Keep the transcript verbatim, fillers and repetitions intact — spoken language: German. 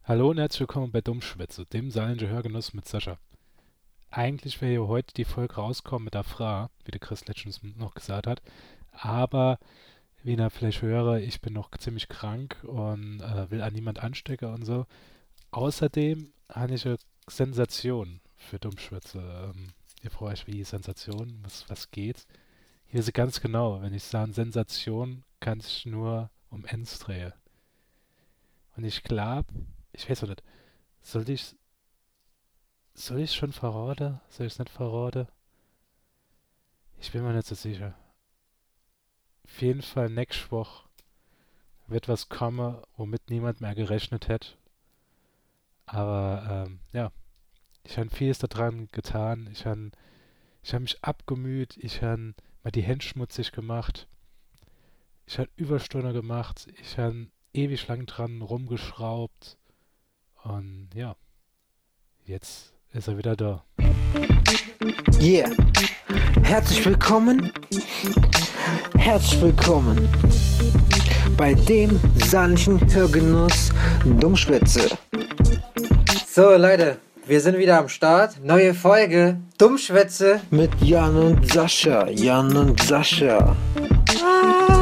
Hallo und herzlich willkommen bei Dummschwätze, dem Saarländischen Hörgenuss mit Sascha. Eigentlich wäre ja heute die Folge rauskommen mit der Fra, wie der Chris letztens noch gesagt hat. Aber, wie ihr vielleicht höre, ich bin noch ziemlich krank und äh, will an niemand anstecken und so. Außerdem habe ich eine Sensation für Dummschwätze. Ähm, ihr fragt euch, wie Sensation, was, was geht? Hier ist es ganz genau, wenn ich sage Sensation, kann es nur um Ends drehen. Und ich glaube, ich weiß auch nicht, soll ich Soll ich schon verraten? Soll ich es nicht verraten? Ich bin mir nicht so sicher. Auf jeden Fall nächste Woche wird was kommen, womit niemand mehr gerechnet hätte. Aber ähm, ja, ich habe vieles daran getan. Ich habe ich hab mich abgemüht. Ich habe mal die Hände schmutzig gemacht. Ich habe Überstunden gemacht. Ich habe ewig lang dran rumgeschraubt. Und ja, jetzt ist er wieder da. Yeah, herzlich willkommen, herzlich willkommen bei dem saarländischen Hörgenuss Dummschwätze. So Leute, wir sind wieder am Start. Neue Folge Dummschwätze mit Jan und Sascha. Jan und Sascha. Ah.